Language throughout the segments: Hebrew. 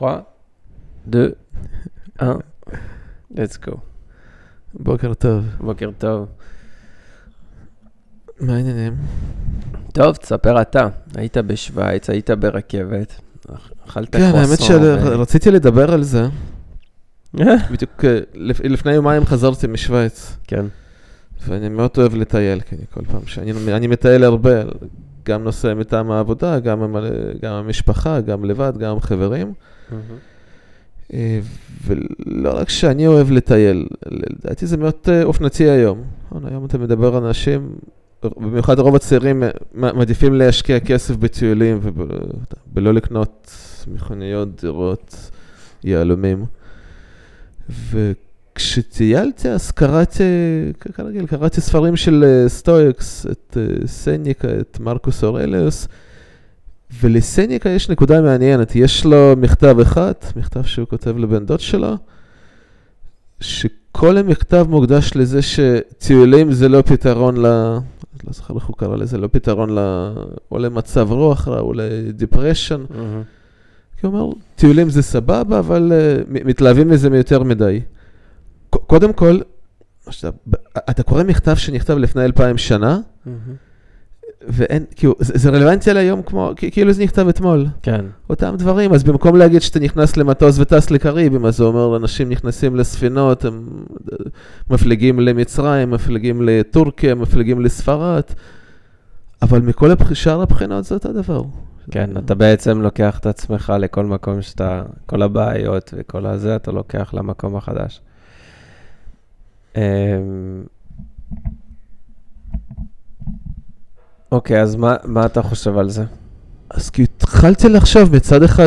3, 2, 1, let's go. בוקר טוב. בוקר טוב. מה העניינים? טוב, תספר אתה. היית בשוויץ, היית ברכבת, אכלת כן, האמת שרציתי לדבר על זה. בדיוק לפני יומיים חזרתי משוויץ. כן. ואני מאוד אוהב לטייל, כי כל פעם שאני מטייל הרבה, גם נושא מטעם העבודה, גם המשפחה, גם לבד, גם חברים. ולא רק שאני אוהב לטייל, לדעתי זה מאוד אופנתי היום. היום אתה מדבר על אנשים, במיוחד רוב הצעירים מעדיפים להשקיע כסף בטיולים ולא לקנות מכוניות, דירות, יהלומים. וכשטיילתי אז קראתי ספרים של סטואיקס, את סניקה, את מרקוס אורליוס, ולסניקה יש נקודה מעניינת, יש לו מכתב אחד, מכתב שהוא כותב לבן דוד שלו, שכל המכתב מוקדש לזה שטיולים זה לא פתרון לא זוכר איך הוא קרא לזה, לא פתרון או למצב רוח רע, או לדיפרשן. כי הוא אומר, טיולים זה סבבה, אבל מתלהבים מזה מיותר מדי. קודם כל, אתה קורא מכתב שנכתב לפני 2000 שנה, ואין, כאילו, זה רלוונטי על היום כאילו זה נכתב אתמול. כן. אותם דברים, אז במקום להגיד שאתה נכנס למטוס וטס לקריבים, אז זה אומר, אנשים נכנסים לספינות, הם מפליגים למצרים, מפליגים לטורקיה, מפליגים לספרד, אבל מכל שאר הבחינות זה אותו דבר. כן, אתה בעצם לוקח את עצמך לכל מקום שאתה, כל הבעיות וכל הזה, אתה לוקח למקום החדש. אוקיי, אז מה אתה חושב על זה? אז כי התחלתי לחשוב מצד אחד,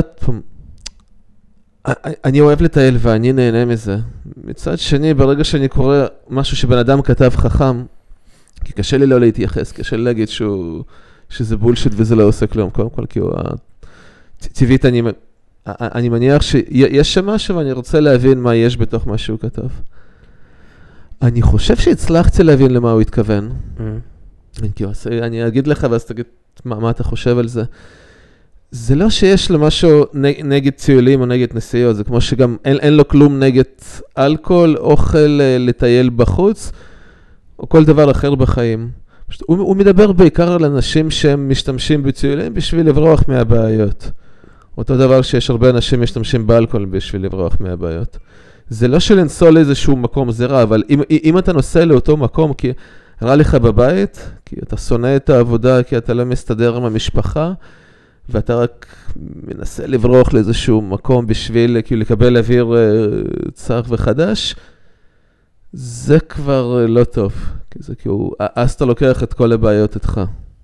אני אוהב לטייל ואני נהנה מזה. מצד שני, ברגע שאני קורא משהו שבן אדם כתב חכם, כי קשה לי לא להתייחס, קשה לי להגיד שזה בולשיט וזה לא עושה כלום. קודם כל, כי טבעית אני מניח שיש שם משהו ואני רוצה להבין מה יש בתוך מה שהוא כתב. אני חושב שהצלחתי להבין למה הוא התכוון. אני אגיד לך ואז תגיד מה אתה חושב על זה. זה לא שיש לו משהו נגד טיולים או נגד נסיעות, זה כמו שגם אין לו כלום נגד אלכוהול, אוכל, לטייל בחוץ, או כל דבר אחר בחיים. הוא מדבר בעיקר על אנשים שהם משתמשים בטיולים בשביל לברוח מהבעיות. אותו דבר שיש הרבה אנשים משתמשים באלכוהול בשביל לברוח מהבעיות. זה לא שלנסוע לאיזשהו מקום זה רע, אבל אם אתה נוסע לאותו מקום, כי רע לך בבית, כי אתה שונא את העבודה, כי אתה לא מסתדר עם המשפחה, ואתה רק מנסה לברוח לאיזשהו מקום בשביל כאילו, לקבל אוויר צר וחדש, זה כבר לא טוב. כי זה כאילו, אז אתה לוקח את כל הבעיות איתך.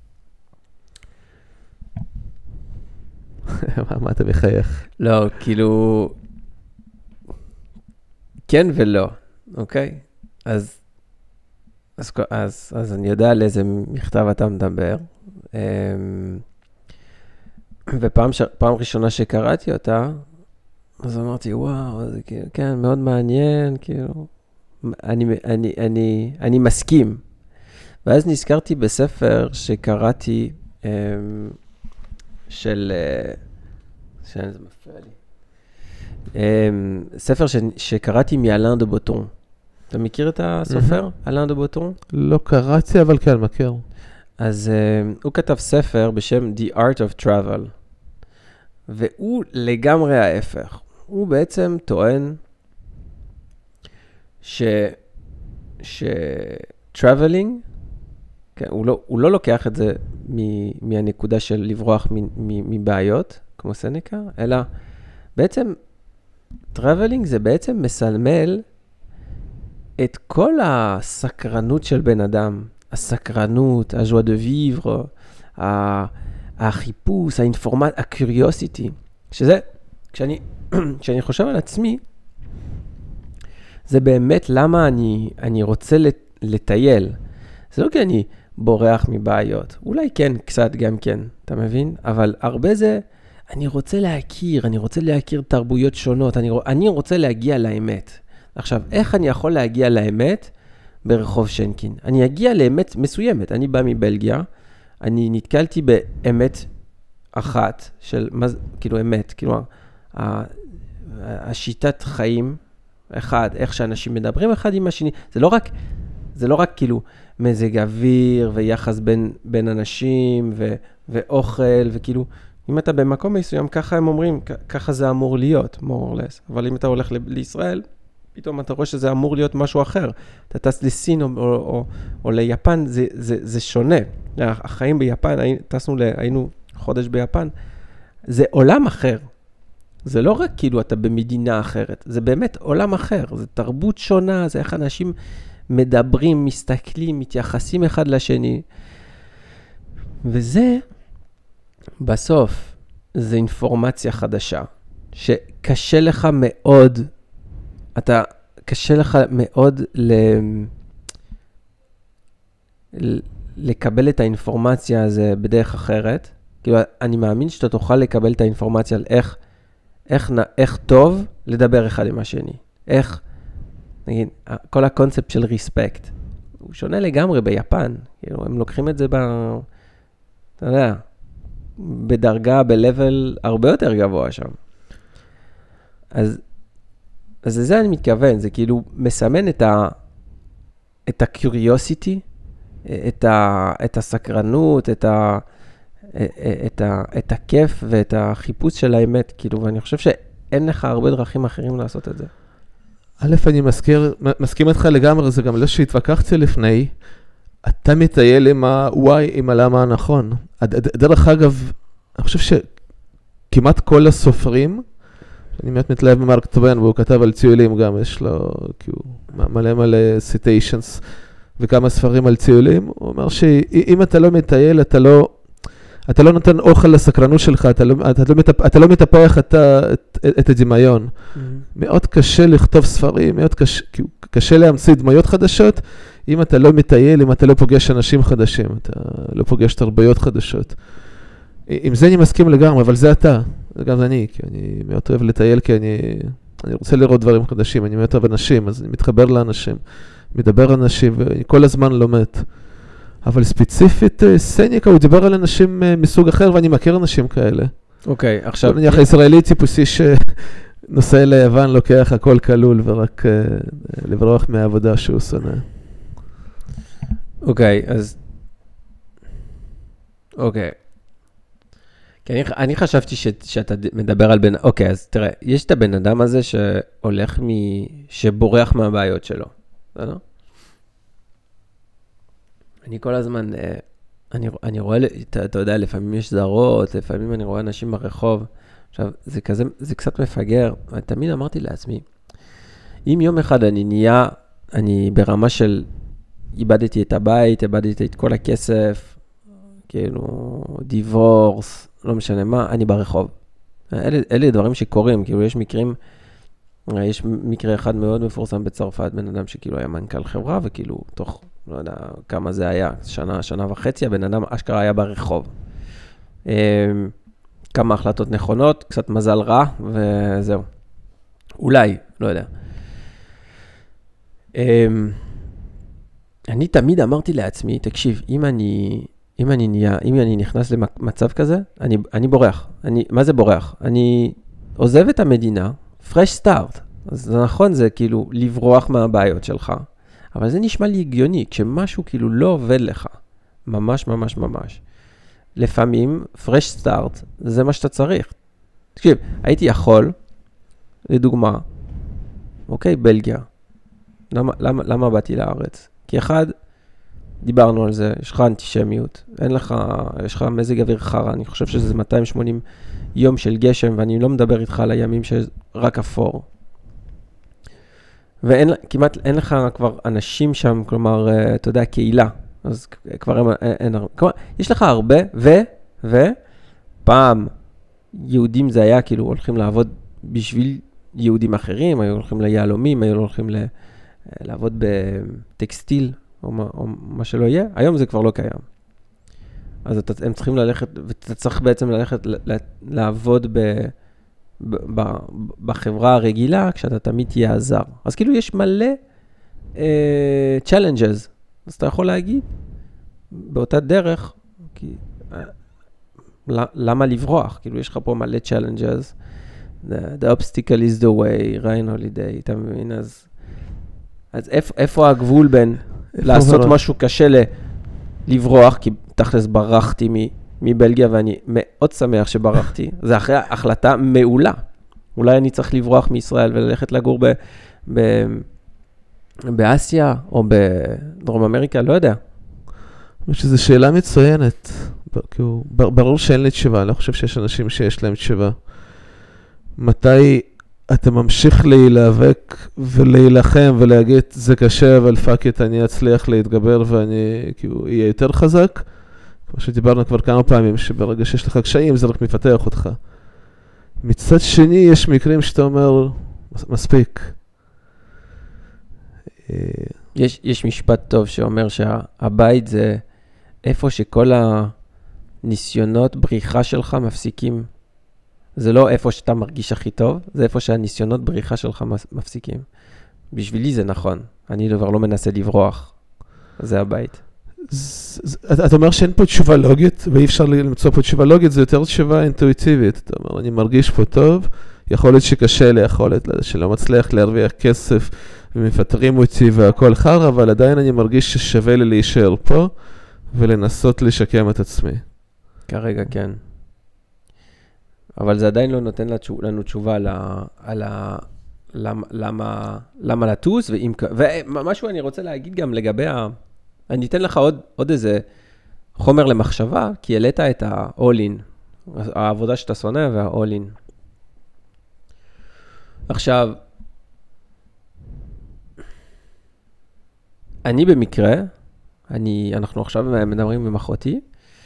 מה אתה מחייך? לא, כאילו, כן ולא, אוקיי? אז אני יודע על איזה מכתב אתה מדבר, ופעם ראשונה שקראתי אותה, אז אמרתי, וואו, זה כאילו, כן, מאוד מעניין, כאילו, אני מסכים. ואז נזכרתי בספר שקראתי, זה מפריע לי. ספר שקראתי מאלן דה בוטון. אתה מכיר את הסופר, אלן דה בוטון? לא קראתי, אבל כן, מכיר. אז הוא כתב ספר בשם The Art of Travel, והוא לגמרי ההפך. הוא בעצם טוען ש-traveling, כן, הוא לא לוקח את זה מהנקודה של לברוח מבעיות, כמו סניקה, אלא בעצם traveling זה בעצם מסמל את כל הסקרנות של בן אדם, הסקרנות, הז'ואה דה ויבר, החיפוש, הקוריוסיטי, שזה, כשאני חושב על עצמי, זה באמת למה אני רוצה לטייל. זה לא כי אני בורח מבעיות, אולי כן, קצת גם כן, אתה מבין? אבל הרבה זה, אני רוצה להכיר תרבויות שונות, אני רוצה להגיע לאמת. עכשיו, איך אני יכול להגיע לאמת ברחוב שנקין? אני אגיע לאמת מסוימת. אני בא מבלגיה, אני נתקלתי באמת אחת של, כאילו אמת, כאילו, השיטת חיים, אחד, איך שאנשים מדברים אחד עם השני, זה לא רק כאילו מזג אוויר ויחס בין אנשים ואוכל וכאילו, אם אתה במקום מסוים, ככה הם אומרים, ככה זה אמור להיות, more or less. אבל אם אתה הולך לישראל, פתאום אתה רואה שזה אמור להיות משהו אחר. אתה טס לסין או ליפן, זה שונה. החיים ביפן, היינו חודש ביפן, זה עולם אחר. זה לא רק כאילו אתה במדינה אחרת, זה באמת עולם אחר. זה תרבות שונה, זה איך אנשים מדברים, מסתכלים, מתייחסים אחד לשני. וזה, בסוף, זה אינפורמציה חדשה, שקשה לך מאוד, קשה לך מאוד לקבל את האינפורמציה הזה בדרך אחרת. כאילו, אני מאמין שאתה תוכל לקבל את האינפורמציה על איך טוב לדבר אחד עם השני. איך, נגיד, כל הקונספט של ריספקט, הוא שונה לגמרי ביפן. כאילו, הם לוקחים את זה אתה יודע, בדרגה, בלבל הרבה יותר גבוה שם. אז לזה אני מתכוון, זה כאילו מסמן את ה-curiosity, את הסקרנות, את הכיף ואת החיפוש של האמת, כאילו, ואני חושב שאין לך הרבה דרכים אחרים לעשות את זה. א', אני מסכים איתך לגמרי, זה גם לא שהתווכחתי לפני, אתה מטייל עם ה-why, עם הלמה הנכון. דרך אגב, אני חושב שכמעט כל הסופרים, אני באמת מתלהב ממרק טוויין, והוא כתב על ציולים גם, יש לו כאילו, מלא סיטיישנס, וכמה ספרים על ציולים, הוא אומר שאם אתה לא מטייל, אתה לא נותן אוכל לסקרנות שלך, אתה לא מטפח את הדמיון. מאוד קשה לכתוב ספרים, מאוד קשה להמציא דמויות חדשות, אם אתה לא מטייל, אם אתה לא פוגש אנשים חדשים, אתה לא פוגש תרבויות חדשות. עם זה אני מסכים לגמרי, אבל זה אתה, זה גם אני, כי אני מאוד אוהב לטייל, כי אני רוצה לראות דברים חדשים, אני מאוד אוהב אנשים, אז אני מתחבר לאנשים, מדבר אנשים, ואני כל הזמן לומד. אבל ספציפית, סניקה, הוא דיבר על אנשים מסוג אחר, ואני מכיר אנשים כאלה. אוקיי, עכשיו... נניח הישראלי טיפוסי שנוסע ליוון, לוקח הכל כלול, ורק לברוח מהעבודה שהוא שונא. אוקיי, אז... אוקיי. כי אני חשבתי שאתה מדבר על בן... אוקיי, אז תראה, יש את הבן אדם הזה שהולך שבורח מהבעיות שלו. בסדר? אני כל הזמן, אני רואה, אתה יודע, לפעמים יש זרות, לפעמים אני רואה אנשים ברחוב. עכשיו, זה קצת מפגר. תמיד אמרתי לעצמי, אם יום אחד אני ברמה של איבדתי את הבית, איבדתי את כל הכסף, כאילו, דיבורס, לא משנה מה, אני ברחוב. אלה דברים שקורים, כאילו יש מקרה אחד מאוד מפורסם בצרפת, בן אדם שכאילו היה מנכ"ל חברה, וכאילו תוך, לא יודע כמה זה היה, שנה וחצי, הבן אדם אשכרה היה ברחוב. כמה החלטות נכונות, קצת מזל רע, וזהו. אולי, לא יודע. אני תמיד אמרתי לעצמי, תקשיב, אם אני נכנס למצב כזה, אני בורח. מה זה בורח? אני עוזב את המדינה, fresh start. אז זה נכון, זה כאילו לברוח מהבעיות שלך, אבל זה נשמע לי הגיוני, כשמשהו כאילו לא עובד לך, ממש ממש ממש. לפעמים, fresh start, זה מה שאתה צריך. תקשיב, הייתי יכול, לדוגמה, אוקיי, בלגיה. למה באתי לארץ? כי אחד, דיברנו על זה, יש לך אנטישמיות, יש לך מזג אוויר חרה, אני חושב שזה 280 יום של גשם, ואני לא מדבר איתך על הימים שרק אפור. וכמעט אין לך כבר אנשים שם, כלומר, אתה יודע, קהילה, אז כבר אין הרבה. כלומר, יש לך הרבה, ופעם יהודים זה היה, כאילו, הולכים לעבוד בשביל יהודים אחרים, היו הולכים ליהלומים, היו הולכים לעבוד בטקסטיל, או מה שלא יהיה, היום זה כבר לא קיים. אז הם צריכים ללכת, ואתה צריך בעצם ללכת לעבוד בחברה הרגילה, כשאתה תמיד תהיה עזר. אז כאילו יש מלא challenges, אז אתה יכול להגיד, באותה דרך, כי, למה לברוח? כאילו יש לך פה מלא challenges, the obstacle is the way, ריין הולידיי, אתה מבין? אז איפה הגבול בין לעשות משהו קשה לברוח, כי תכלס ברחתי מבלגיה, ואני מאוד שמח שברחתי. זה אחרי החלטה מעולה. אולי אני צריך לברוח מישראל וללכת לגור באסיה או בדרום אמריקה, לא יודע. שזו שאלה מצוינת. ברור שאין לי תשובה, אני לא חושב שיש אנשים שיש להם תשובה. מתי אתה ממשיך להיאבק ולהילחם ולהגיד, זה קשה, אבל פאקית, אני אצליח להתגבר ואני אהיה יותר חזק? כמו שדיברנו כבר כמה פעמים, שברגע שיש לך קשיים, זה רק מפתח אותך. מצד שני, יש מקרים שאתה אומר, מספיק. יש משפט טוב שאומר שהבית זה איפה שכל הניסיונות בריחה שלך מפסיקים. זה לא איפה שאתה מרגיש הכי טוב, זה איפה שהניסיונות בריחה שלך מפסיקים. בשבילי זה נכון. אני כבר לא מנסה לברוח. זה הבית. אתה אומר שאין פה תשובה לוגית, ואי אפשר למצוא פה תשובה לוגית, זה יותר תשובה אינטואיטיבית. אתה אומר, אני מרגיש פה טוב, יכול להיות שקשה לי, יכול להיות שלא מצליח להרוויח כסף, ומפטרים אותי והכל חר, אבל עדיין אני מרגיש ששווה לי להישאר פה, ולנסות לשקם את עצמי. כרגע כן. אבל זה עדיין לא נותן לנו תשובה על למה לטוס, ומשהו אני רוצה להגיד גם לגבי אני אתן לך עוד איזה חומר למחשבה, כי העלית את ה-all-in, העבודה שאתה שונא וה-all-in. עכשיו, אני במקרה, אנחנו עכשיו מדברים עם אחותי,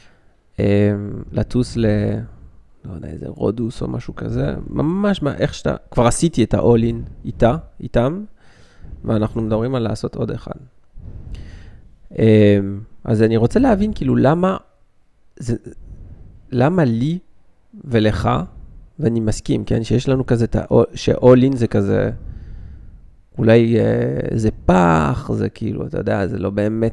לטוס לא יודע, איזה רודוס או משהו כזה, ממש איך שאתה, כבר עשיתי את ה-all-in איתם, ואנחנו מדברים על לעשות עוד אחד. אז אני רוצה להבין כאילו למה לי ולך, ואני מסכים, כן, שיש לנו כזה, ש-all-in זה כזה, אולי זה פח, זה כאילו, אתה יודע, זה לא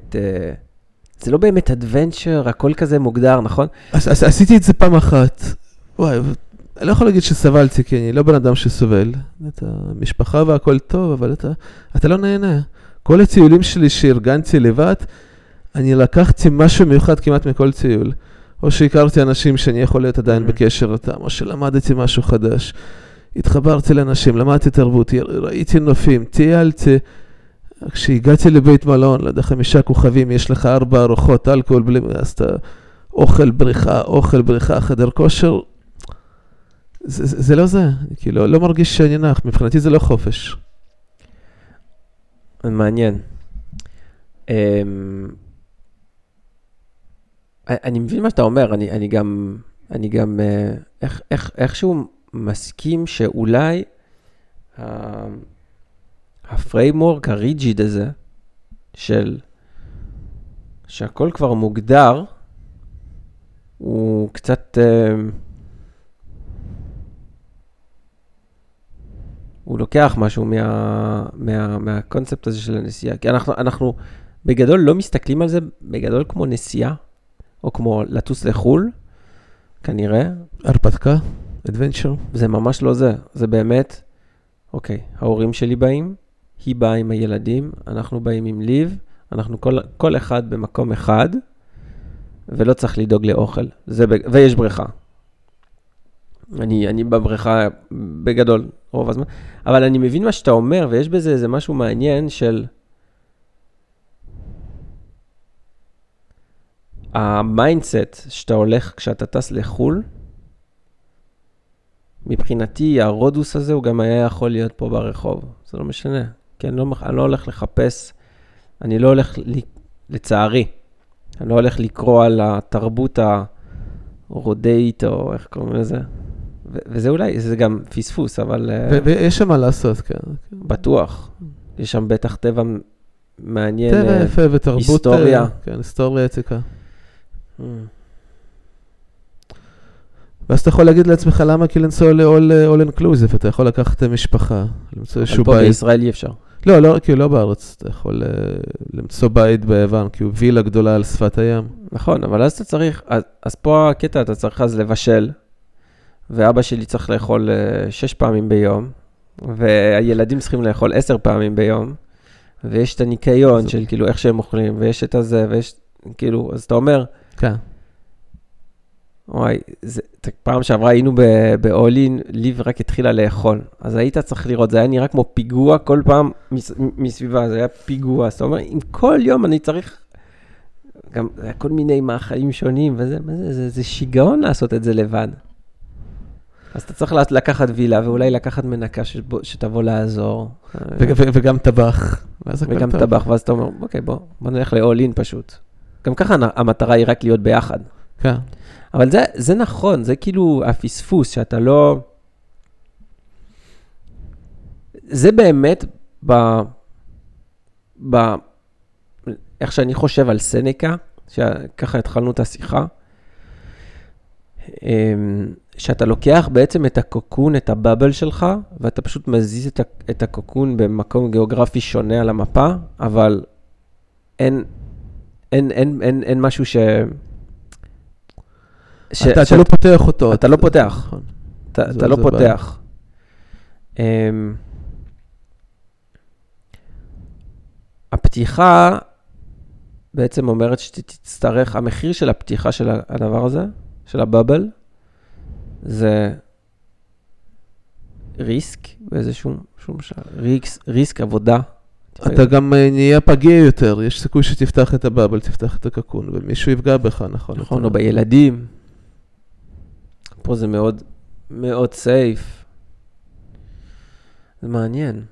באמת adventure, הכל כזה מוגדר, נכון? אז עשיתי את זה פעם אחת. וואי, אני לא יכול להגיד שסבלתי, כי אני לא בן אדם שסובל. את המשפחה והכל טוב, אבל אתה לא נהנה. כל הטיולים שלי שארגנתי לבד, אני לקחתי משהו מיוחד כמעט מכל טיול. או שהכרתי אנשים שאני יכול להיות עדיין בקשר איתם, או שלמדתי משהו חדש. התחברתי לאנשים, למדתי תרבות, ראיתי נופים, טיילתי. כשהגעתי לבית מלון, לא יודע, 5 כוכבים, יש לך 4 ארוחות, אלכוהול, בלי, אז אתה אוכל בריחה, חדר כושר. זה לא זה, כאילו, לא מרגיש שאני נח, מבחינתי זה לא חופש. מעניין. אני מבין מה שאתה אומר, אני גם איכשהו מסכים שאולי הפריימורק הריג'יד הזה, שהכל כבר מוגדר, הוא קצת, הוא לוקח משהו מהקונספט הזה של הנסיעה. כי אנחנו בגדול לא מסתכלים על זה, בגדול כמו נסיעה, או כמו לטוס לחול, כנראה. הרפתקה, adventure. זה ממש לא זה. זה באמת, אוקיי, ההורים שלי באים, היא באה עם הילדים, אנחנו באים עם ליב, אנחנו כל אחד במקום אחד, ולא צריך לדאוג לאוכל. ויש בריכה. אני בבריכה בגדול רוב הזמן, אבל אני מבין מה שאתה אומר, ויש בזה איזה משהו מעניין של המיינדסט שאתה הולך כשאתה טס לחול, מבחינתי הרודוס הזה הוא גם היה יכול להיות פה ברחוב, זה לא משנה, כי אני לא הולך לחפש, אני לא הולך, לצערי, אני לא הולך לקרוא על התרבות הרודאית או איך קוראים לזה, וזה אולי, זה גם פספוס, אבל ויש שם מה לעשות, כן. בטוח, יש שם בטח טבע מעניין, טבע יפה ותרבות, היסטוריה. כן, היסטוריה עתיקה. ואז אתה יכול להגיד לעצמך למה כי לנסוע ל-all inclusive, אתה יכול לקחת משפחה, למצוא איזשהו בית. פה בישראל אי אפשר. לא, כי לא בארץ, אתה יכול למצוא בית ביוון, כי הוא וילה גדולה על שפת הים. נכון, אבל אז אתה צריך, אז פה הקטע, אתה צריך אז לבשל, ואבא שלי צריך לאכול 6 פעמים ביום, והילדים צריכים לאכול 10 פעמים ביום, ויש את הניקיון של כאילו איך שהם אוכלים, ויש את הזה, ויש כאילו, אז אתה אומר, כן. וואי, פעם שעברה היינו באולין, ליב רק התחילה לאכול, אז היית צריך לראות, זה היה נראה כמו פיגוע כל פעם מסביבה, זה היה פיגוע, אז אתה אומר, אם כל יום אני צריך, גם כל מיני מאכלים שונים, זה שיגעון לעשות את זה לבד. אז אתה צריך לקחת וילה, ואולי לקחת מנקה שתבוא לעזור. וגם טבח. וגם טבח, ואז אתה אומר, אוקיי, בוא נלך לאולין פשוט. גם ככה המטרה היא רק להיות ביחד. כן. אבל זה נכון, זה כאילו הפספוס, שאתה לא... זה באמת איך שאני חושב על סנקה, שככה התחלנו את השיחה, שאתה לוקח בעצם את הקוקון, את הבבל שלך, ואתה פשוט מזיז את הקוקון במקום גיאוגרפי שונה על המפה, אבל אין משהו אתה לא פותח אותו. אתה לא פותח. אתה לא פותח. הפתיחה בעצם אומרת שתצטרך, המחיר של הפתיחה של הדבר הזה, של הבבל, זה ריסק, באיזשהו ריסק עבודה. אתה גם נהיה פגיע יותר, יש סיכוי שתפתח את הבבל, תפתח את הקקון, ומישהו יפגע בך, נכון? נכון, או בילדים. פה זה מאוד, מאוד סייף. זה מעניין.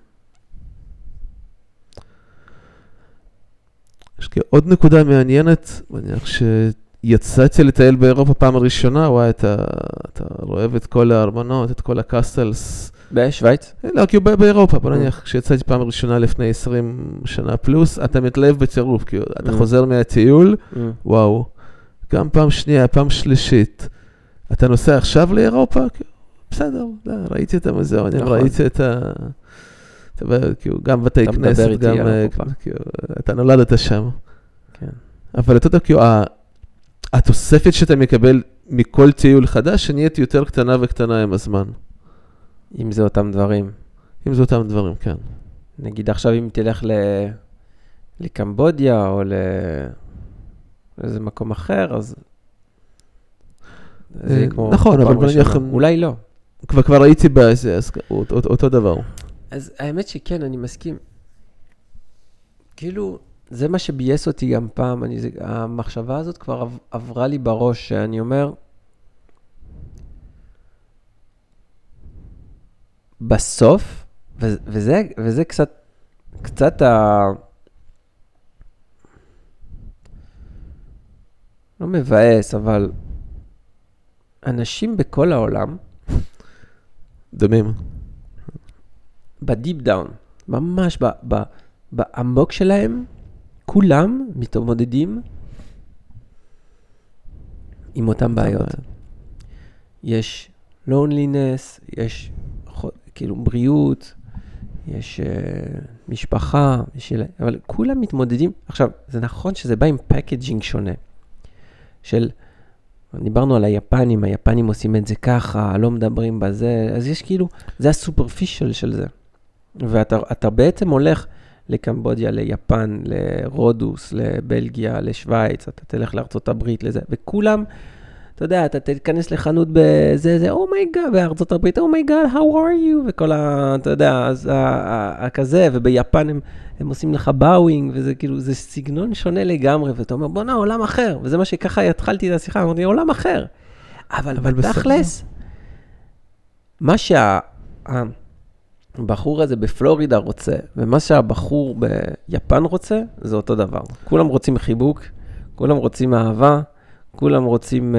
יש עוד נקודה מעניינת, כשיצאתי לטייל באירופה פעם הראשונה, וואי, אתה רואה את כל הארמונות, את כל הקסטלס. בשוויץ? לא, כי הוא באירופה, בוא נניח, כשיצאתי פעם ראשונה לפני 20 שנה פלוס, אתה מתלהב בצירוף, כי אתה חוזר מהטיול, וואו, גם פעם שנייה, פעם שלישית, אתה נוסע עכשיו לאירופה? בסדר, ראיתי את המוזיאונים, ראיתי את ה... גם בתי כנסת, גם... אתה נולדת שם. אבל אתה יודע, התוספת שאתה מקבל מכל טיול חדש, נהיית יותר קטנה וקטנה עם הזמן. אם זה אותם דברים. אם זה אותם דברים, כן. נגיד עכשיו אם תלך לקמבודיה או לאיזה מקום אחר, אז... נכון, אבל בנניח... אולי לא. כבר הייתי בזה, אז אותו דבר. אז האמת שכן, אני מסכים. כאילו, זה מה שבייס אותי גם פעם, המחשבה הזאת כבר עברה לי בראש, שאני אומר, בסוף, וזה קצת לא מבאס, אבל אנשים בכל העולם, דמים. בדיפ דאון, ממש בעמוק שלהם, כולם מתמודדים עם אותם בעיות. יש loneliness, יש כאילו בריאות, יש משפחה, אבל כולם מתמודדים. עכשיו, זה נכון שזה בא עם פקאג'ינג שונה, של, דיברנו על היפנים, היפנים עושים את זה ככה, לא מדברים בזה, אז יש כאילו, זה הסופרפישל של זה. ואתה בעצם הולך לקמבודיה, ליפן, לרודוס, לבלגיה, לשוויץ, אתה תלך לארצות הברית, לזה, וכולם, אתה יודע, אתה תיכנס לחנות בזה, זה, Oh my God, בארצות הברית, Oh my God, how are you? וכל אתה יודע, אז כזה, וביפן הם עושים לך באווינג, וזה כאילו, זה סגנון שונה לגמרי, ואתה אומר, בוא נה, עולם אחר, וזה מה שככה התחלתי את השיחה, אמרתי, עולם אחר. אבל בתכלס, מה שהבחור הזה בפלורידה רוצה, ומה שהבחור ביפן רוצה, זה אותו דבר. כולם רוצים חיבוק, כולם רוצים אהבה, כולם רוצים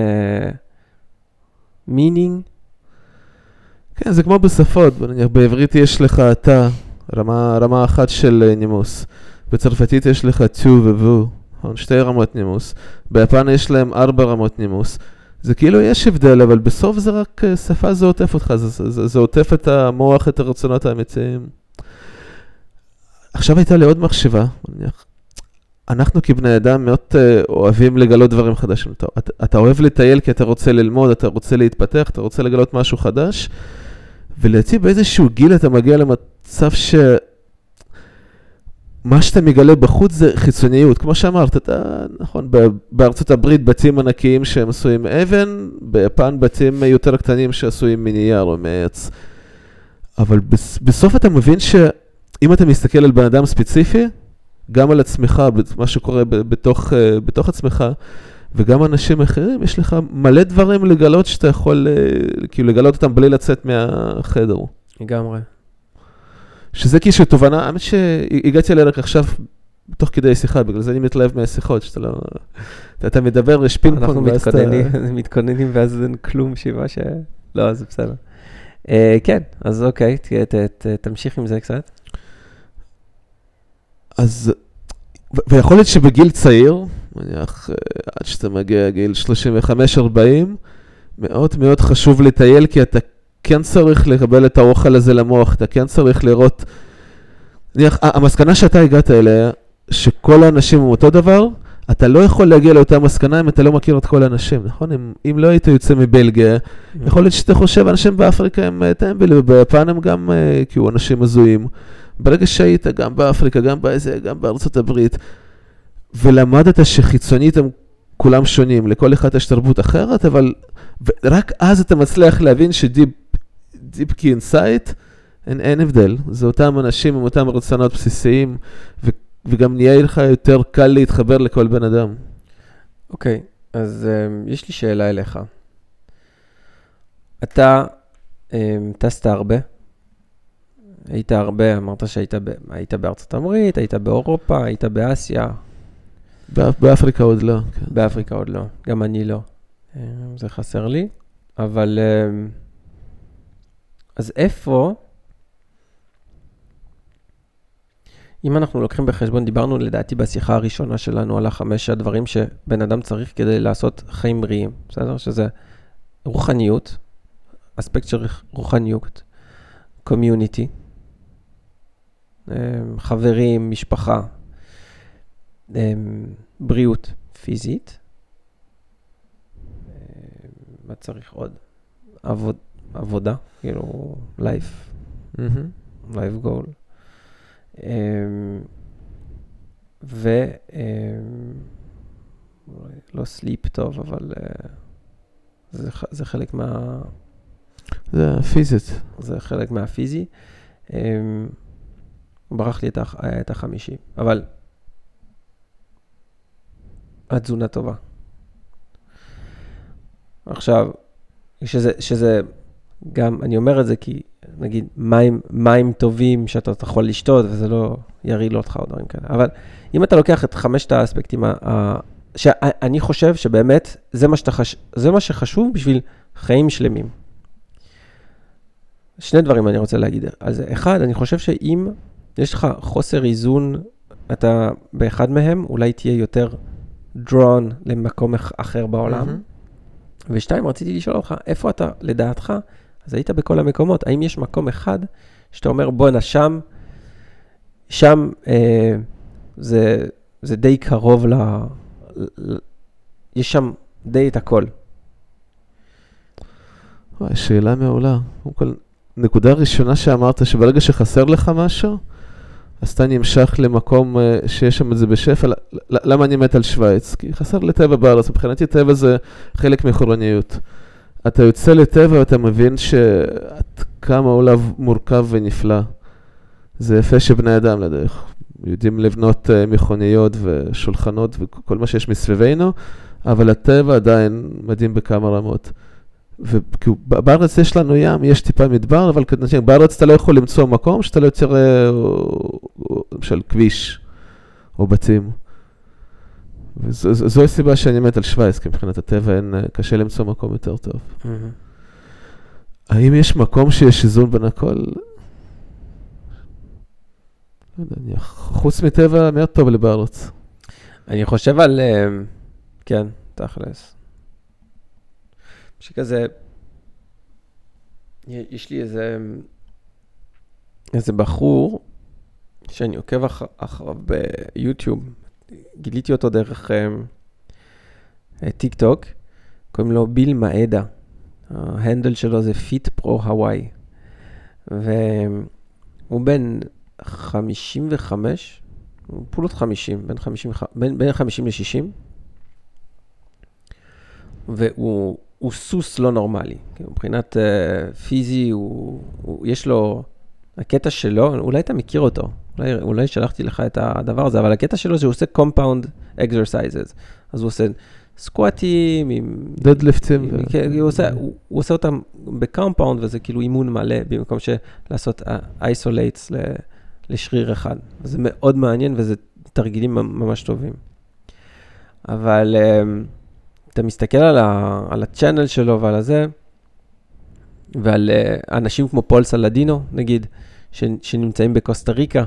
מינינג. כן, זה כמו בשפות. בעברית יש לך אתה, רמה אחת של נימוס. בצרפתית יש לך tu ו-vous, 2 רמות נימוס. ביפן יש להם 4 רמות נימוס. זה כאילו יש הבדל, אבל בסוף זה רק שפה, זה עוטף אותך, זה עוטף את המוח, את הרצונות האמיתיים. עכשיו הייתה לי עוד מחשבה, אנחנו כבני אדם מאוד אוהבים לגלות דברים חדשים. אתה אוהב לטייל כי אתה רוצה ללמוד, אתה רוצה להתפתח, אתה רוצה לגלות משהו חדש, ולעתיד באיזשהו גיל אתה מגיע למצב מה שאתה מגלה בחוץ זה חיצוניות. כמו שאמרת, אתה, נכון, בארצות הברית בתים ענקיים שהם עשויים אבן, ביפן בתים יותר קטנים שעשויים מנייר או מעץ. אבל בסוף אתה מבין שאם אתה מסתכל על בן אדם ספציפי, גם על עצמך, מה שקורה בתוך עצמך, וגם אנשים אחרים, יש לך מלא דברים לגלות שאתה יכול, כאילו לגלות אותם בלי לצאת מהחדר. לגמרי. שזה כאילו תובנה, האמת שהגעתי אליה רק עכשיו, תוך כדי שיחה, בגלל זה אני מתלהב מהשיחות, שאתה לא... אתה מדבר, יש פינג פונג, ואז אתה... אנחנו מתכוננים, ואז אין כלום שיבה ש... לא, זה בסדר. כן, אז אוקיי, תמשיך עם זה קצת. אז, ויכול להיות שבגיל צעיר, מניח, עד שאתה מגיע גיל 35-40, מאוד מאוד חשוב לטייל, כי אתה כן צריך לקבל את האוכל הזה למוח, אתה כן צריך לראות, מניח, המסקנה שאתה הגעת אליה, שכל האנשים הם אותו דבר, אתה לא יכול להגיע לאותה מסקנה אם אתה לא מכיר את כל האנשים, נכון? אם לא היית יוצא מבלגיה, יכול להיות שאתה חושב, אנשים באפריקה הם טמבלים, וביפן הם גם כאילו אנשים הזויים. ברגע שהיית גם באפריקה, גם בארצות הברית, ולמדת שחיצונית הם כולם שונים, לכל אחד יש תרבות אחרת, אבל רק אז אתה מצליח להבין שדיפ קי אינסייט, אין הבדל. זה אותם אנשים עם אותם רצונות בסיסיים, וגם נהיה לך יותר קל להתחבר לכל בן אדם. אוקיי, אז יש לי שאלה אליך. אתה טסת הרבה? היית הרבה, אמרת שהיית בארצות הברית, היית באירופה, היית באסיה. באפריקה עוד לא. באפריקה עוד לא, גם אני לא. זה חסר לי, אבל אז איפה, אם אנחנו לוקחים בחשבון, דיברנו לדעתי בשיחה הראשונה שלנו על 5 הדברים שבן אדם צריך כדי לעשות חיים בריאים, בסדר? שזה רוחניות, אספקט של רוחניות, קומיוניטי, חברים, משפחה, בריאות פיזית, מה צריך עוד? עבודה, כאילו, life goal. לא סליפ טוב, אבל זה חלק זה פיזית. זה חלק מהפיזי. ברח לי את 50, אבל התזונה טובה. עכשיו, שזה גם, אני אומר את זה כי, נגיד, מים טובים שאתה יכול לשתות, וזה לא יריל אותך או דברים כאלה. אבל אם אתה לוקח את 5 האספקטים, שאני חושב שבאמת זה מה שחשוב בשביל חיים שלמים. 2 דברים אני רוצה להגיד על זה. 1, אני חושב שאם יש לך חוסר איזון, אתה באחד מהם, אולי תהיה יותר drawn למקום אחר בעולם. ו2, רציתי לשאול אותך, איפה אתה, לדעתך, אז היית בכל המקומות, האם יש מקום אחד שאתה אומר, בוא נשם, שם זה די קרוב יש שם די את הכל. שאלה מעולה. נקודה ראשונה שאמרת, שברגע שחסר לך משהו, אז אתה נמשך למקום שיש שם את זה בשפע. למה אני מת על שוויץ? כי חסר לטבע בארץ. מבחינתי טבע זה חלק מחורניות. אתה יוצא לטבע ואתה מבין שאת כמה עולב מורכב ונפלא. זה יפה שבני אדם לדרך. יודעים לבנות מכוניות ושולחנות וכל מה שיש מסביבנו, אבל הטבע עדיין מדהים בכמה רמות. ובארץ יש לנו ים, יש טיפה מדבר, אבל בארץ אתה לא יכול למצוא מקום שאתה לא תראה, למשל, כביש או בתים. וזו הסיבה שאני מת על שוויץ, כי מבחינת הטבע קשה למצוא מקום יותר טוב. האם יש מקום שיש איזון בין הכל? לא יודע, חוץ מטבע מאוד טוב לבארץ. אני חושב על, כן, תכלס. שכזה, יש לי איזה בחור שאני עוקב אחריו ביוטיוב, גיליתי אותו דרך טיק טוק, קוראים לו ביל מאדה. ההנדל שלו זה פיט פרו הוואי. והוא בן 55, הוא פולות 50, בין 50 ל-60, והוא סוס לא נורמלי. מבחינת פיזי, יש לו, הקטע שלו, אולי אתה מכיר אותו, אולי שלחתי לך את הדבר הזה, אבל הקטע שלו זה הוא עושה compound exercises. אז הוא עושה סקואטים, דדליפטים. הוא עושה אותם בקומפאונד, וזה כאילו אימון מלא, במקום לעשות איסולייטס לשריר אחד. זה מאוד מעניין, וזה תרגילים ממש טובים. אבל אתה מסתכל על הצ'אנל שלו ועל הזה, ועל אנשים כמו פול סלדינו, נגיד, שנמצאים בקוסטה ריקה,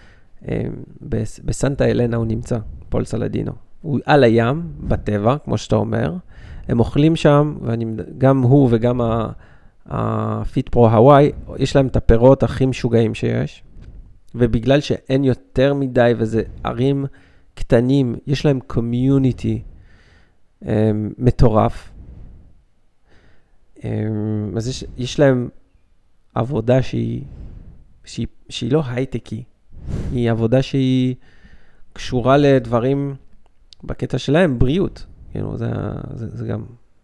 בסנטה אלנה הוא נמצא, פול סלדינו. הוא על הים, בטבע, כמו שאתה אומר. הם אוכלים שם, גם הוא וגם הפיט פרו הוואי, יש להם את הפירות הכי משוגעים שיש. ובגלל שאין יותר מדי, וזה ערים קטנים, יש להם קומיוניטי מטורף. אז יש להם עבודה שהיא לא הייטקי. היא עבודה שהיא קשורה לדברים בקטע שלהם, בריאות. כאילו, זה גם...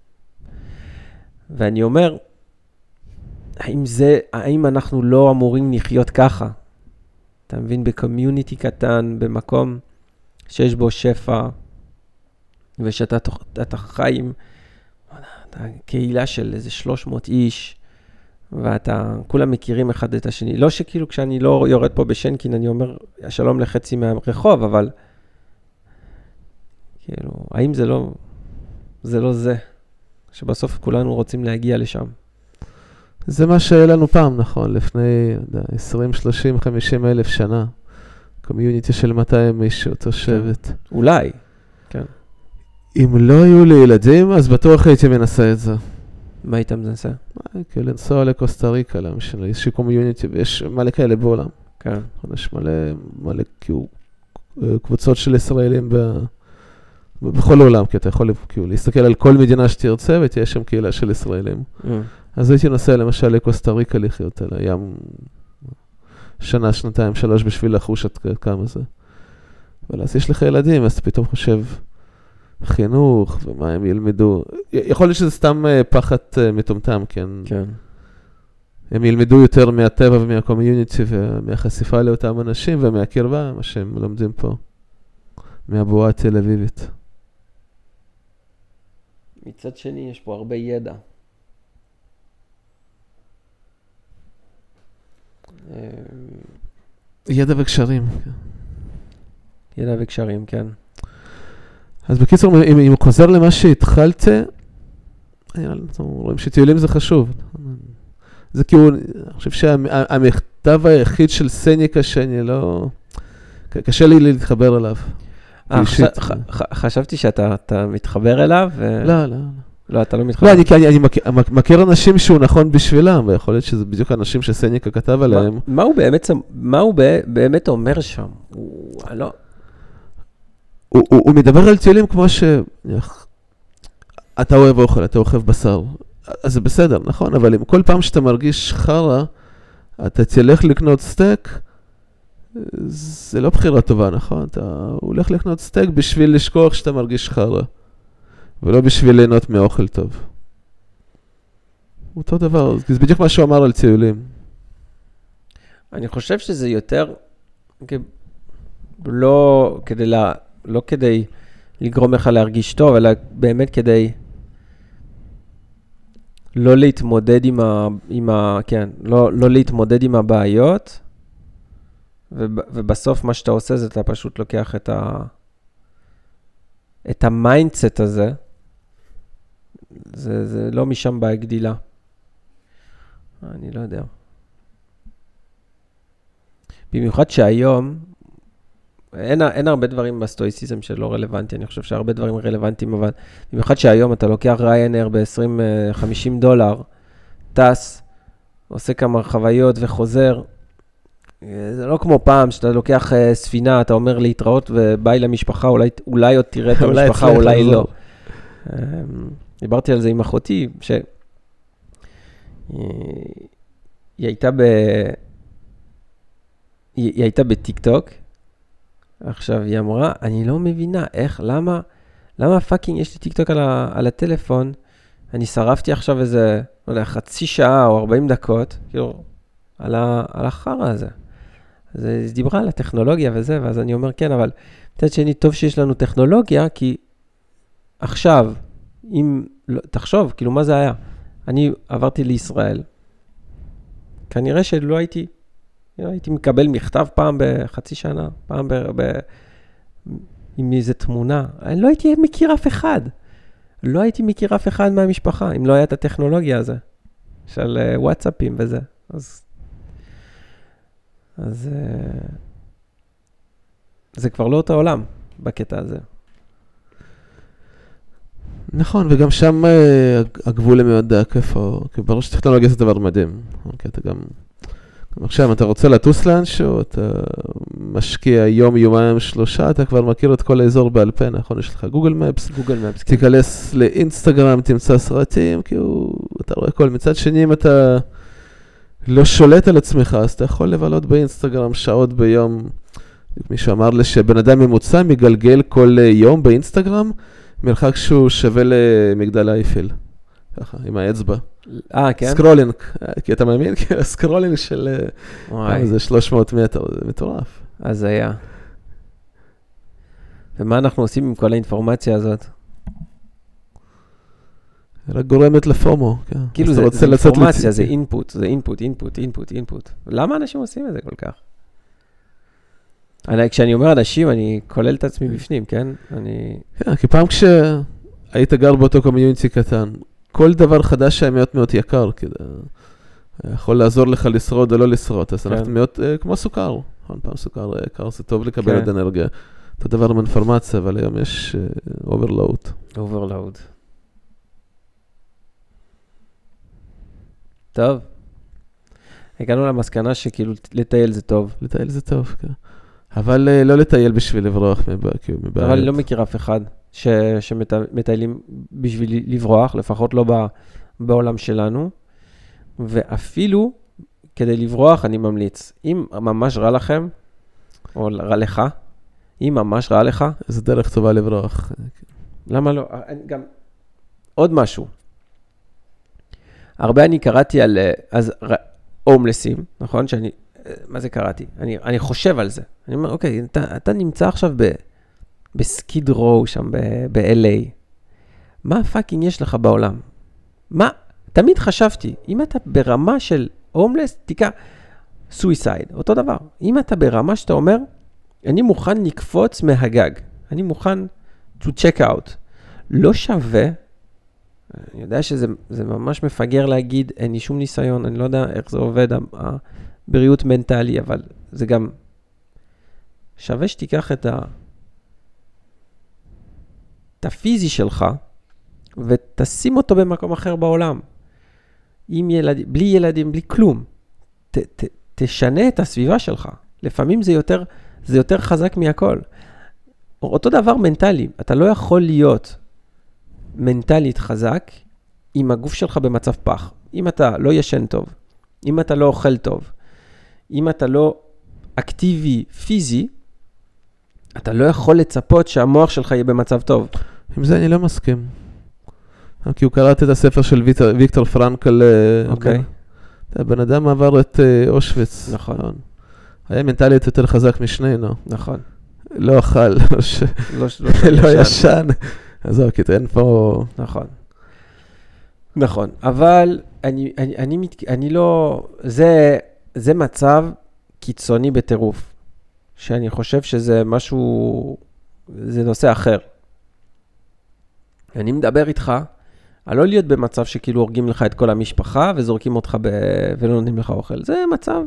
ואני אומר, האם אנחנו לא אמורים לחיות ככה? אתה מבין, בקומיוניטי קטן, במקום שיש בו שפע, ושאתה חי עם קהילה של איזה 300 איש, ואתה, כולם מכירים אחד את השני. לא שכאילו כשאני לא יורד פה בשנקין, אני אומר, שלום לחצי מהרחוב, אבל כאילו, האם זה לא זה, שבסוף כולנו רוצים להגיע לשם. זה מה שהיה לנו פעם, נכון, לפני 20, 30, 50 אלף שנה. קומיוניטי של 200 איש, אותו שבט. אולי, כן. אם לא היו לי ילדים, אז בטוח הייתי מנסה את זה. מה היית מנסה? כי לנסוע לקוסטה ריקה, למשל, יש קומיוניטי, ויש מלא כאלה בעולם. כן. יש מלא קבוצות של ישראלים בכל העולם, כי אתה יכול להסתכל על כל מדינה שתרצה, ותהיה שם קהילה של ישראלים. אז הייתי נוסע למשל לקוסטה ריקה לחיות על הים שנה, שנתיים, 3 בשביל לחוש עד כמה זה. אבל אז יש לך ילדים, אז אתה פתאום חושב חינוך ומה הם ילמדו. יכול להיות שזה סתם פחד מטומטם, כן? כן. הם ילמדו יותר מהטבע ומהקומיוניטי ומהחשיפה לאותם אנשים ומהקרבה, מה שהם לומדים פה, מהבועה התל אביבית. מצד שני, יש פה הרבה ידע. ידע וקשרים. ידע וקשרים, כן. אז בקיצור, אם הוא חוזר למה שהתחלת, אנחנו רואים שטיולים זה חשוב. זה כאילו, אני חושב שהמכתב היחיד של סניקה שאני לא... קשה לי להתחבר אליו. חשבתי שאתה מתחבר אליו? לא, לא. לא, אתה לא מתחבר. לא, אני מכיר אנשים שהוא נכון בשבילם, ויכול להיות שזה בדיוק האנשים שסניקה כתב עליהם. מה הוא באמת אומר שם? הוא מדבר על טיולים כמו ש... אתה אוהב אוכל, אתה אוהב בשר. אז זה בסדר, נכון? אבל אם כל פעם שאתה מרגיש חרה, אתה תלך לקנות סטייק, זה לא בחירה טובה, נכון? אתה הולך לקנות סטייק בשביל לשכוח שאתה מרגיש חרה, ולא בשביל ליהנות מאוכל טוב. אותו דבר, זה בדיוק מה שהוא אמר על טיולים. אני חושב שזה יותר, לא כדי לגרום לך להרגיש טוב, אלא באמת כדי לא להתמודד לא להתמודד עם הבעיות, ובסוף מה שאתה עושה זה אתה פשוט לוקח את המיינדסט הזה, זה לא משם באה גדילה. אני לא יודע. במיוחד שהיום, אין הרבה דברים בסטואיסיזם שלא רלוונטי, אני חושב שהרבה דברים רלוונטיים, אבל במיוחד שהיום אתה לוקח ריינר ב-20-50 דולר, טס, עושה כמה חוויות וחוזר, זה לא כמו פעם, שאתה לוקח ספינה, אתה אומר להתראות וביי למשפחה, אולי עוד תראה את המשפחה, אולי לא. דיברתי על זה עם אחותי, שהיא הייתה בטיק-טוק, עכשיו היא אמרה, אני לא מבינה למה פאקינג יש לי טיק-טוק על הטלפון, אני שרפתי עכשיו איזה, לא יודע, חצי שעה או 40 דקות, כאילו, על החרא הזה. אז היא דיברה על הטכנולוגיה וזה, ואז אני אומר, כן, אבל מצד שני, טוב שיש לנו טכנולוגיה, כי עכשיו, תחשוב, כאילו, מה זה היה? אני עברתי לישראל, כנראה שלא הייתי מקבל מכתב פעם בחצי שנה, פעם עם איזו תמונה. אני לא הייתי מכיר אף אחד. לא הייתי מכיר אף אחד מהמשפחה, אם לא היה את הטכנולוגיה הזה, של וואטסאפים וזה. אז זה כבר לא אותו עולם בקטע הזה. נכון, וגם שם הגבול הם מאוד דק איפה, כי ברור שטכנולוגיה זה דבר מדהים. כי אתה גם עכשיו, אתה רוצה לטוס לאנשהו, אתה משקיע יום, יומיים, 3, אתה כבר מכיר את כל האזור בעל פה, נכון? יש לך גוגל מפס, תיכנס לאינסטגרם, תמצא סרטים, כי אתה רואה הכל. מצד שני, אם אתה לא שולט על עצמך, אז אתה יכול לבלות באינסטגרם שעות ביום. מישהו אמר לי שבן אדם ממוצע מגלגל כל יום באינסטגרם, מרחק שהוא שווה למגדל אייפל. ככה, עם האצבע. כן? סקרולינג, כי אתה מאמין? הסקרולינג של זה 300 מטר, זה מטורף. אז היה. ומה אנחנו עושים עם כל האינפורמציה הזאת? רק גורמת לפומו. כאילו זה אינפורמציה, זה אינפוט, זה אינפוט. למה אנשים עושים את זה כל כך? כשאני אומר אנשים, אני כולל את עצמי בפנים, כן? כן, כי פעם כשהיית גר באותו קומיוניטי קטן, כל דבר חדש היה מאוד מאוד יקר, כי יכול לעזור לך לשרוד או לא לשרוד, אז אנחנו מאוד כמו סוכר. פעם סוכר יקר, זה טוב לקבל את אנרגיה. אותו דבר עם אינפורמציה, אבל היום יש overload. overload. טוב. הגענו למסקנה שכאילו לטייל זה טוב. לטייל זה טוב, כן. אבל לא לטייל בשביל לברוח מבית. אבל אני לא מכיר אף אחד שמטיילים בשביל לברוח, לפחות לא בעולם שלנו. ואפילו כדי לברוח אני ממליץ. אם ממש רע לכם, או רע לך, אם ממש רע לך, זה דרך טובה לברוח. למה לא? גם עוד משהו. הרבה אני קראתי על הומלסים, נכון? מה זה קראתי? אני חושב על זה. אני אומר, אוקיי, אתה נמצא עכשיו בסקיד רו שם ב-LA. מה פאקינג יש לך בעולם? מה? תמיד חשבתי, אם אתה ברמה של הומלס, תיקח סויסייד, אותו דבר. אם אתה ברמה שאתה אומר, אני מוכן לקפוץ מהגג. אני מוכן to check out. לא שווה, אני יודע שזה ממש מפגר להגיד, אין לי שום ניסיון, אני לא יודע איך זה עובד, הבריאות מנטלי, אבל זה גם שווה שתיקח את הפיזי שלך, ותשים אותו במקום אחר בעולם. עם ילדים, בלי ילדים, בלי כלום. תשנה את הסביבה שלך. לפעמים זה יותר חזק מהכל. אותו דבר מנטלי. אתה לא יכול להיות מנטלית חזק עם הגוף שלך במצב פח. אם אתה לא ישן טוב, אם אתה לא אוכל טוב, אם אתה לא אקטיבי פיזי, אתה לא יכול לצפות שהמוח שלך יהיה במצב טוב. עם זה אני לא מסכים. כי הוא קראת את הספר של ויקטור פרנקל. אוקיי. הבן אדם עבר את אושוויץ. נכון. היה מנטליות יותר חזק משנינו. נכון. לא אכל, לא ישן. אז אוקיי, אין פה... נכון. נכון, אבל אני לא... זה מצב קיצוני בטירוף, שאני חושב שזה משהו... זה נושא אחר. אני מדבר איתך, על לא להיות במצב שכאילו הורגים לך את כל המשפחה, וזורקים אותך ולא נותנים לך אוכל. זה מצב...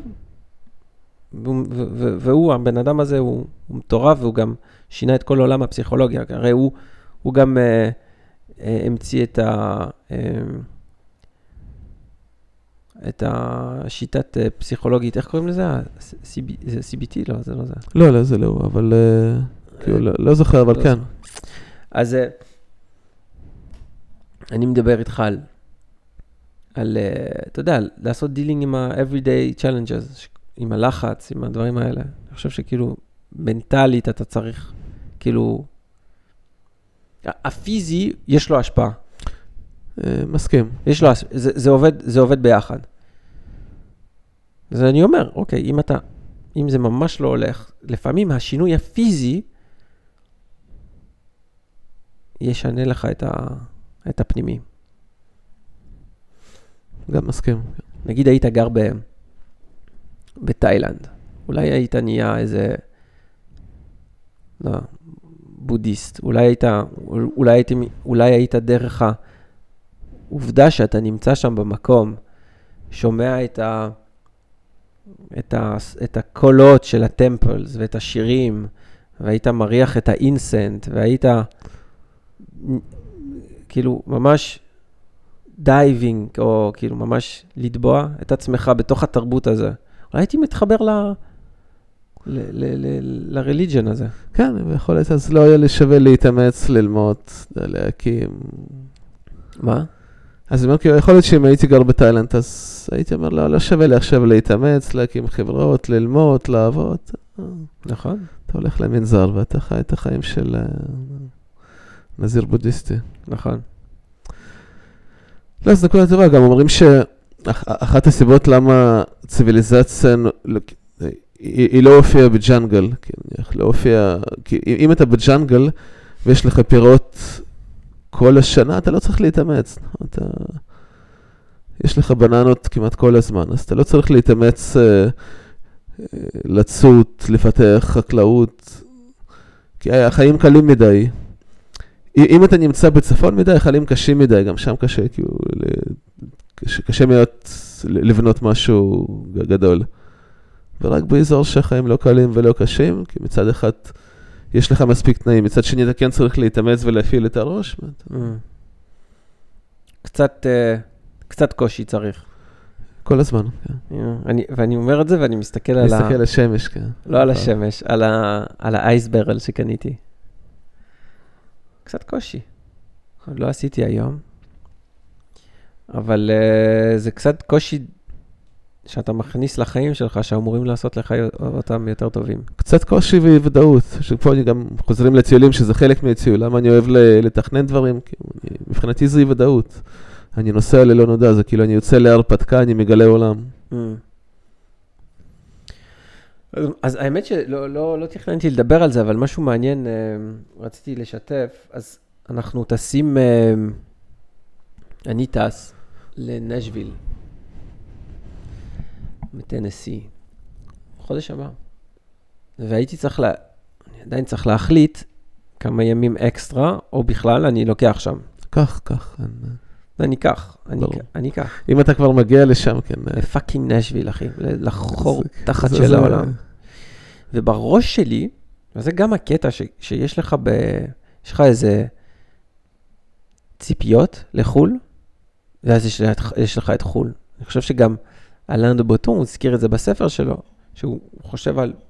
והוא, הבן אדם הזה, הוא מטורף, והוא גם שינה את כל עולם הפסיכולוגיה. הרי הוא גם המציא את את השיטת פסיכולוגית, איך קוראים לזה? זה CBT? לא, זה לא זה. לא, זה לא, אבל לא זוכר, אבל כן. אז אני מדבר איתך על, אתה יודע, לעשות דילינג עם ה-everyday challenges, עם הלחץ, עם הדברים האלה. אני חושב שכאילו, מנטלית אתה צריך, כאילו, הפיזי, יש לו השפעה. מסכים. יש לו, זה עובד ביחד. אז אני אומר, אוקיי, אם זה ממש לא הולך, לפעמים השינוי הפיזי, ישנה לך את הפנימי. גם מסכים. נגיד היית גר בתאילנד, אולי היית נהיה איזה, לא, בודיסט, אולי היית דרך העובדה שאתה נמצא שם במקום, שומע את הקולות של הטמפלס ואת השירים, והיית מריח את האינסנט, והיית כאילו ממש דייבינג, או כאילו ממש לטבוע את עצמך בתוך התרבות הזה. אולי הייתי מתחבר לרליג'ן הזה. כן, יכול להיות, אז לא היה לי שווה להתאמץ, ללמוד, להקים. מה? אז אני אומר, יכול להיות שאם הייתי גר בתאילנד, אז הייתי אומר, לא שווה לי עכשיו להתאמץ, להקים חברות, ללמוד, לעבוד. נכון. אתה הולך למנזר ואתה חי את החיים של נזיר בודיסטי. נכון. לא, אז נקודה טובה, גם אומרים שאחת הסיבות למה ציוויליזציה היא לא הופיעה בג'אנגל, לא הופיעה, כי אם אתה בג'אנגל ויש לך פירות כל השנה, אתה לא צריך להתאמץ. יש לך בננות כמעט כל הזמן, אז אתה לא צריך להתאמץ לצות, לפתח חקלאות, כי החיים קלים מדי. אם אתה נמצא בצפון מדי, החיים קשים מדי, גם שם קשה, קשה מאוד לבנות משהו גדול. ורק באזור שהחיים לא קלים ולא קשים, כי מצד אחד יש לך מספיק תנאים, מצד שני אתה כן צריך להתאמץ ולהפעיל את הראש. קצת קושי צריך. כל הזמן, כן. ואני אומר את זה ואני מסתכל על מסתכל על השמש, כן. לא על השמש, על האייסברל שקניתי. קצת קושי. עוד לא עשיתי היום. אבל זה קצת קושי שאתה מכניס לחיים שלך, שאמורים לעשות לך אותם יותר טובים. קצת קושי וודאות, שפה אני גם חוזרים לטיולים, שזה חלק מהטיול. למה אני אוהב לתכנן דברים? מבחינתי זה ודאות. אני נוסע ללא נודע, זה כאילו אני יוצא להרפתקה, אני מגלה עולם. אז האמת שלא תכננתי לדבר על זה, אבל משהו מעניין רציתי לשתף. אז אנחנו טסים, אני טס לנשוויל, מטנסי, חודש הבא. והייתי צריך, אני עדיין צריך להחליט כמה ימים אקסטרה, או בכלל אני לוקח שם. כך. אני אקח. אם אתה כבר מגיע לשם, כן. לפאקינג נשוויל, אחי. לחור תחת של העולם. ובראש שלי, וזה גם הקטע שיש לך יש לך איזה ציפיות לחול, ואז יש לך את חול. אני חושב שגם אלן דה בוטון, הוא הזכיר את זה בספר שלו, שהוא חושב על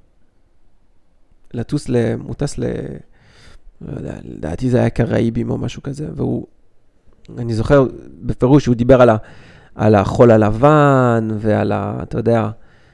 הוא טס לא יודע, לדעתי זה היה קראיבים או משהו כזה, אני זוכר בפירוש שהוא דיבר על החול הלבן, ועל אתה יודע,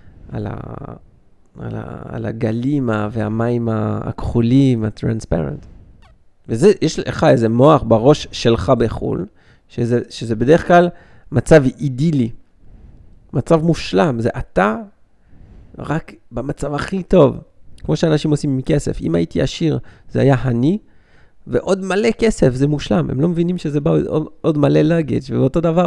על הגלים והמים הכחולים, הטרנספרנט. וזה, יש לך איזה מוח בראש שלך בחול, שזה בדרך כלל מצב אידילי, מצב מושלם, זה אתה רק במצב הכי טוב, כמו שאנשים עושים מכסף. אם הייתי עשיר, זה היה אני, ועוד מלא כסף, זה מושלם. הם לא מבינים שזה בא עוד מלא לגאג', ואותו דבר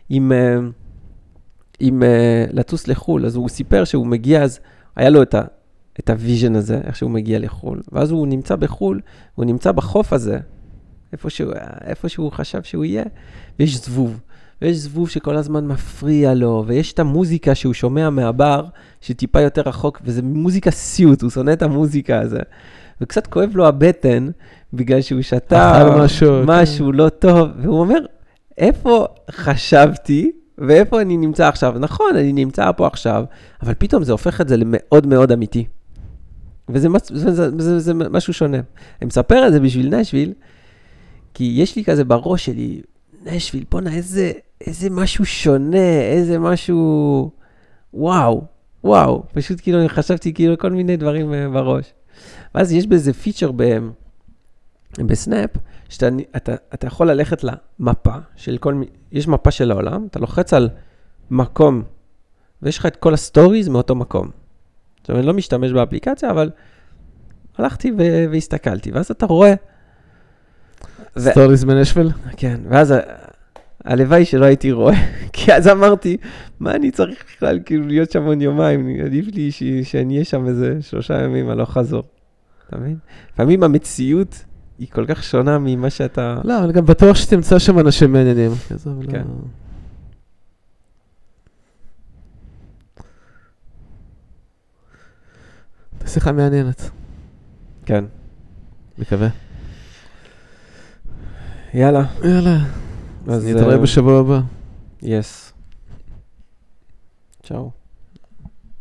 עם לטוס לחול. אז הוא סיפר שהוא מגיע, אז היה לו את הוויז'ן הזה, איך שהוא מגיע לחול. ואז הוא נמצא בחול, הוא נמצא בחוף הזה, איפה שהוא חשב שהוא יהיה, ויש זבוב. ויש זבוב שכל הזמן מפריע לו, ויש את המוזיקה שהוא שומע מהבר, שטיפה יותר רחוק, וזה מוזיקה סיוט, הוא שונא את המוזיקה הזה. וקצת כואב לו הבטן, בגלל שהוא שתה משהו לא טוב, והוא אומר, איפה חשבתי ואיפה אני נמצא עכשיו? נכון, אני נמצא פה עכשיו, אבל פתאום זה הופך את זה למאוד מאוד אמיתי. וזה זה משהו שונה. אני מספר את זה בשביל נשוויל, כי יש לי כזה בראש שלי, נשוויל, בונה, איזה משהו שונה, איזה משהו, וואו, פשוט כאילו, אני חשבתי כאילו כל מיני דברים בראש. ואז יש בזה פיצ'ר בסנאפ, שאתה יכול ללכת למפה של יש מפה של העולם, אתה לוחץ על מקום, ויש לך את כל הסטוריז מאותו מקום. זאת אומרת, אני לא משתמש באפליקציה, אבל הלכתי והסתכלתי, ואז אתה רואה. סטוריז מנשוויל? כן, ואז הלוואי שלא הייתי רואה, כי אז אמרתי, מה אני צריך בכלל כאילו להיות שם עוד יומיים, עדיף לי שאני אהיה שם איזה 3 ימים, אני לא חזור. אתה מבין? לפעמים המציאות היא כל כך שונה ממה שאתה... לא, אבל גם בטוח שתמצא שם אנשים מעניינים. כן. שיחה מעניינת. כן. מקווה. יאללה. אז נתראה בשבוע הבא. יס. צ'או.